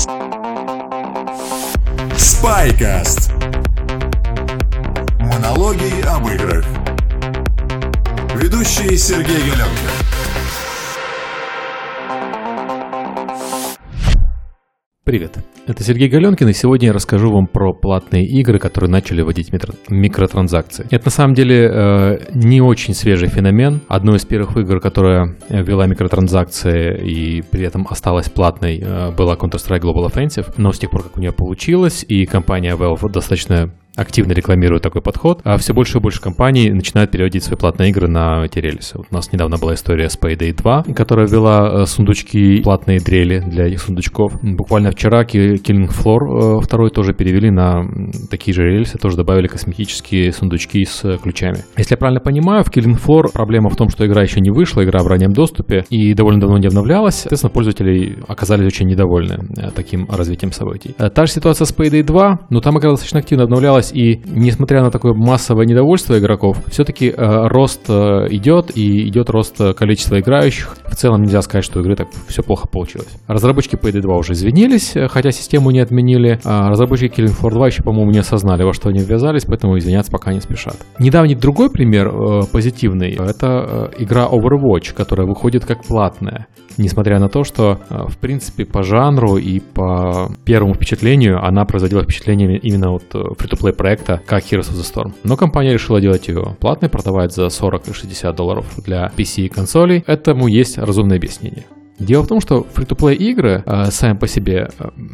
Spycast. Монологи об играх. Ведущий Сергей Галенкин. Привет, это Сергей Галенкин, и сегодня я расскажу вам про платные игры, которые начали вводить микротранзакции. Это на самом деле не очень свежий феномен. Одной из первых игр, которая ввела микротранзакции и при этом осталась платной, была Counter-Strike Global Offensive, но с тех пор, как у нее получилось, и компания Valve достаточно активно рекламирует такой подход, а все больше и больше компаний начинают переводить свои платные игры на эти релисы. Вот у нас недавно была история с Payday 2, которая ввела сундучки, платные дрели для этих сундучков. Буквально вчера Killing Floor 2 тоже перевели на такие же релисы, тоже добавили косметические сундучки с ключами. Если я правильно понимаю, в Killing Floor проблема в том, что игра еще не вышла, игра в раннем доступе и довольно давно не обновлялась. Соответственно, пользователи оказались очень недовольны таким развитием событий. Та же ситуация с Payday 2, но там игра достаточно активно обновлялась. И несмотря на такое массовое недовольство игроков, все-таки рост идет, и идет рост количества играющих. В целом нельзя сказать, что у игры так все плохо получилось. Разработчики Payday 2 уже извинились, хотя систему не отменили. Разработчики Killing Floor 2 еще, по-моему, не осознали, во что они ввязались, поэтому извиняться пока не спешат. Недавний другой пример позитивный — это игра Overwatch, которая выходит как платная. Несмотря на то, что, в принципе, по жанру и по первому впечатлению она производила впечатление именно от free-to-play проекта, как Heroes of the Storm. Но компания решила делать ее платной, продавать за $40 и $60 для PC и консолей. Этому есть разумное объяснение. Дело в том, что фри-то-плей игры сами по себе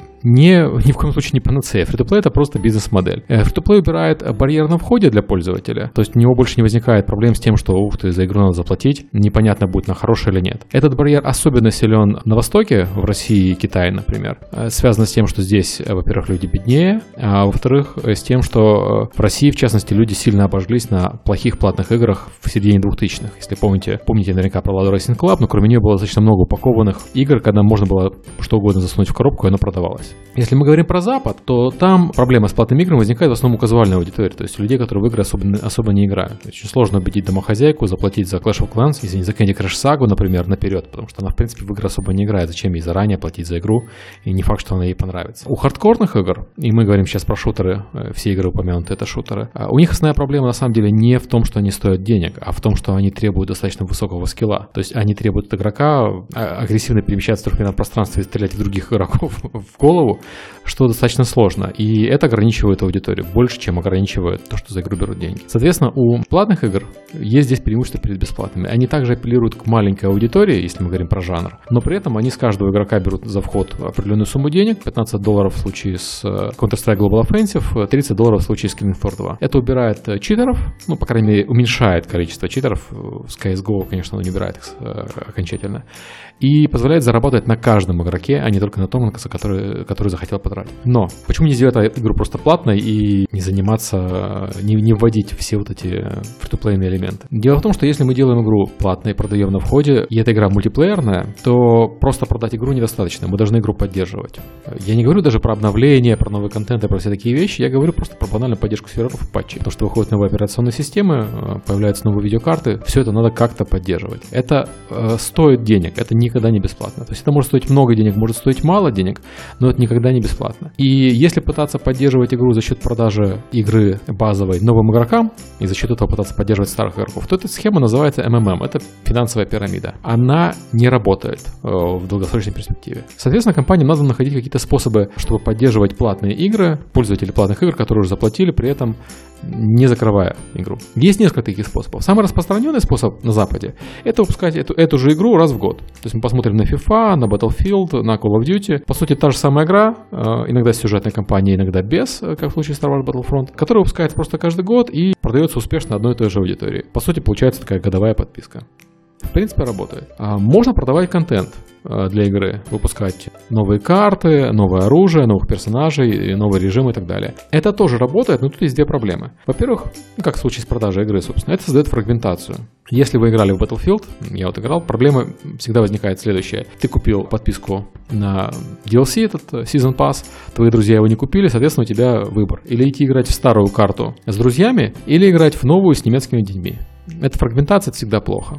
ни в коем случае не панацея. Фри-то-плей — это просто бизнес-модель. Фри-то-плей убирает барьер на входе для пользователя, то есть у него больше не возникает проблем с тем, что ух ты, за игру надо заплатить, непонятно, будет она хорошая или нет. Этот барьер особенно силен на Востоке, в России и Китае, например. Связано с тем, что здесь, во-первых, люди беднее, а во-вторых, с тем, что в России, в частности, люди сильно обожглись на плохих платных играх в середине 2000-х. Если помните наверняка про Lado Racing Club, но кроме нее было достаточно много упакованных игр, когда можно было что угодно засунуть в коробку, и оно продавалось. Если мы говорим про Запад, то там проблема с платными играми возникает в основном у казуальной аудитории, то есть у людей, которые в игры особо не играют. Очень сложно убедить домохозяйку заплатить за Clash of Clans, если не за Candy Crush Saga, например, наперед, потому что она, в принципе, в игры особо не играет. Зачем ей заранее платить за игру, и не факт, что она ей понравится. У хардкорных игр, и мы говорим сейчас про шутеры, все игры упомянуты, это шутеры, у них основная проблема на самом деле не в том, что они стоят денег, а в том, что они требуют достаточно высокого скилла. То есть они требуют от игрока агрессивно перемещаться в трехмерном пространстве и стрелять в других игроков в голову, что достаточно сложно. И это ограничивает аудиторию больше, чем ограничивает то, что за игру берут деньги. Соответственно, у платных игр есть здесь преимущество перед бесплатными. Они также апеллируют к маленькой аудитории, если мы говорим про жанр, но при этом они с каждого игрока берут за вход определенную сумму денег, $15 в случае с Counter-Strike Global Offensive, $30 в случае с Killing Floor 2. Это убирает читеров, по крайней мере, уменьшает количество читеров. С CSGO, конечно, оно не убирает их окончательно. И позволяет зарабатывать на каждом игроке, а не только на том, который захотел потратить. Но почему не сделать игру просто платной и не заниматься, не вводить все вот эти фри-то-плейные элементы? Дело в том, что если мы делаем игру платной, продаем на входе, и эта игра мультиплеерная, то просто продать игру недостаточно, мы должны игру поддерживать. Я не говорю даже про обновления, про новый контент и про все такие вещи, я говорю просто про банальную поддержку серверов и патчей. Потому что выходят новые операционные системы, появляются новые видеокарты, все это надо как-то поддерживать. Это стоит денег, это никогда не бесплатно. То есть это может стоить много денег, может стоить мало денег, но это никогда не бесплатно. И если пытаться поддерживать игру за счет продажи игры базовой новым игрокам и за счет этого пытаться поддерживать старых игроков, то эта схема называется МММ. Это финансовая пирамида. Она не работает в долгосрочной перспективе. Соответственно, компаниям надо находить какие-то способы, чтобы поддерживать платные игры, пользователи платных игр, которые уже заплатили, при этом не закрывая игру. Есть несколько таких способов. Самый распространенный способ на Западе — это выпускать эту же игру раз в год. То есть мы посмотрим на FIFA, на Battlefield, на Call of Duty. По сути, та же самая игра, иногда с сюжетной кампанией, иногда без, как в случае с Star Wars Battlefront, которая выпускается просто каждый год и продается успешно одной и той же аудитории. По сути, получается такая годовая подписка. В принципе, работает. Можно продавать контент для игры, выпускать новые карты, новое оружие, новых персонажей, новые режимы и так далее. Это тоже работает, но тут есть две проблемы. Во-первых, как в случае с продажей игры, собственно, это создает фрагментацию. Если вы играли в Battlefield, я вот играл, проблема всегда возникает следующая. Ты купил подписку на DLC, этот Season Pass, твои друзья его не купили, соответственно, у тебя выбор. Или идти играть в старую карту с друзьями, или играть в новую с немецкими детьми. Эта фрагментация — это всегда плохо.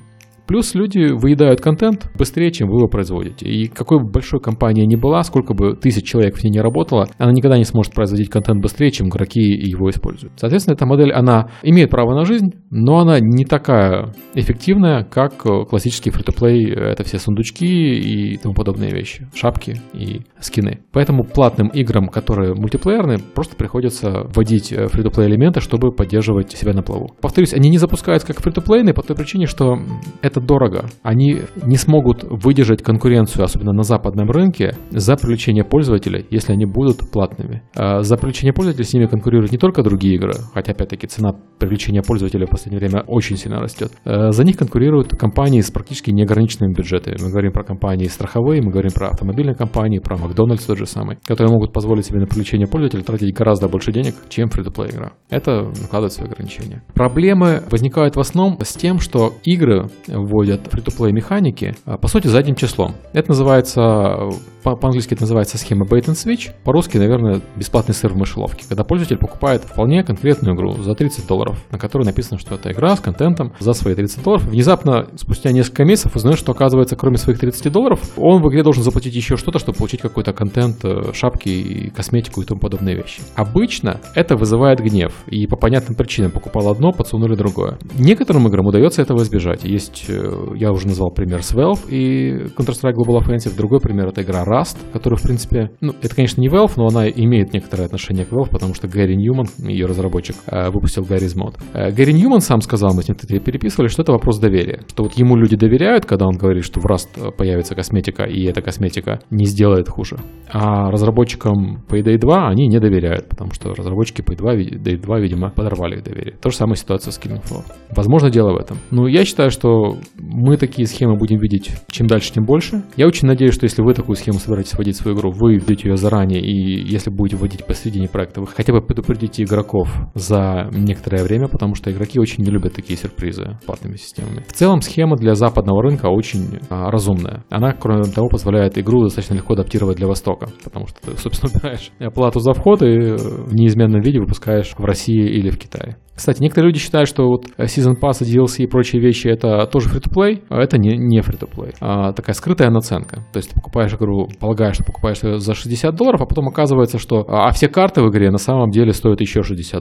Плюс люди выедают контент быстрее, чем вы его производите. И какой бы большой компания ни была, сколько бы тысяч человек в ней не работало, она никогда не сможет производить контент быстрее, чем игроки его используют. Соответственно, эта модель, она имеет право на жизнь, но она не такая эффективная, как классический фри-то-плей. Это все сундучки и тому подобные вещи, шапки и скины. Поэтому платным играм, которые мультиплеерные, просто приходится вводить фри-то-плей элементы, чтобы поддерживать себя на плаву. Повторюсь, они не запускаются как фри-то-плейные по той причине, что это дорого. Они не смогут выдержать конкуренцию, особенно на западном рынке, за привлечение пользователей, если они будут платными. За привлечение пользователей с ними конкурируют не только другие игры, хотя, опять-таки, цена привлечения пользователей в последнее время очень сильно растет. За них конкурируют компании с практически неограниченными бюджетами. Мы говорим про компании страховые, мы говорим про автомобильные компании, про Макдональдс тот же самый, которые могут позволить себе на привлечение пользователей тратить гораздо больше денег, чем фри-то-плей игра. Это накладывает свои ограничения. Проблемы возникают в основном с тем, что игры вводят фри-то-плей механики, по сути, задним числом. Это называется, по-английски это называется схема bait and switch, по-русски, наверное, бесплатный сыр в мышеловке, когда пользователь покупает вполне конкретную игру за $30, на которой написано, что это игра с контентом за свои $30. Внезапно, спустя несколько месяцев, узнает, что, оказывается, кроме своих $30, он в игре должен заплатить еще что-то, чтобы получить какой-то контент, шапки, косметику и тому подобные вещи. Обычно это вызывает гнев, и по понятным причинам покупал одно, подсунули другое. Некоторым играм удается этого избежать. Есть, я уже назвал пример с Valve и Counter-Strike Global Offensive, другой пример — это игра Rust, которая, в принципе, это, конечно, не Valve, но она имеет некоторое отношение к Valve, потому что Гэри Ньюман, ее разработчик, выпустил Garry's Mod. Гэри Ньюман сам сказал, мы с ним переписывали, что это вопрос доверия. Что вот ему люди доверяют, когда он говорит, что в Rust появится косметика, и эта косметика не сделает хуже. А разработчикам Payday 2 они не доверяют, потому что разработчики Payday 2, видимо, подорвали их доверие. То же самое ситуация с Killing Floor. Возможно, дело в этом. Но я считаю, что мы такие схемы будем видеть чем дальше, тем больше. Я очень надеюсь, что если вы такую схему собираетесь вводить в свою игру, вы введете ее заранее, и если будете вводить посредине проекта, вы хотя бы предупредите игроков за некоторое время, потому что игроки очень не любят такие сюрпризы платными системами. В целом, схема для западного рынка очень разумная. Она, кроме того, позволяет игру достаточно легко адаптировать для Востока, потому что ты, собственно, убираешь плату за вход и в неизменном виде выпускаешь в России или в Китае. Кстати, некоторые люди считают, что вот Season Pass, DLC и прочие вещи — это тоже фри-то-плей, а это не фри-то-плей. Такая скрытая наценка. То есть ты покупаешь игру, полагаешь, что покупаешь ее за $60, а потом оказывается, что все карты в игре на самом деле стоят еще $60.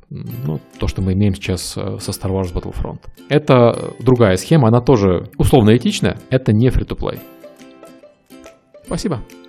Ну, то, что мы имеем сейчас со Star Wars Battlefront. Это другая схема, она тоже условно этичная, это не фри-то-плей. Спасибо.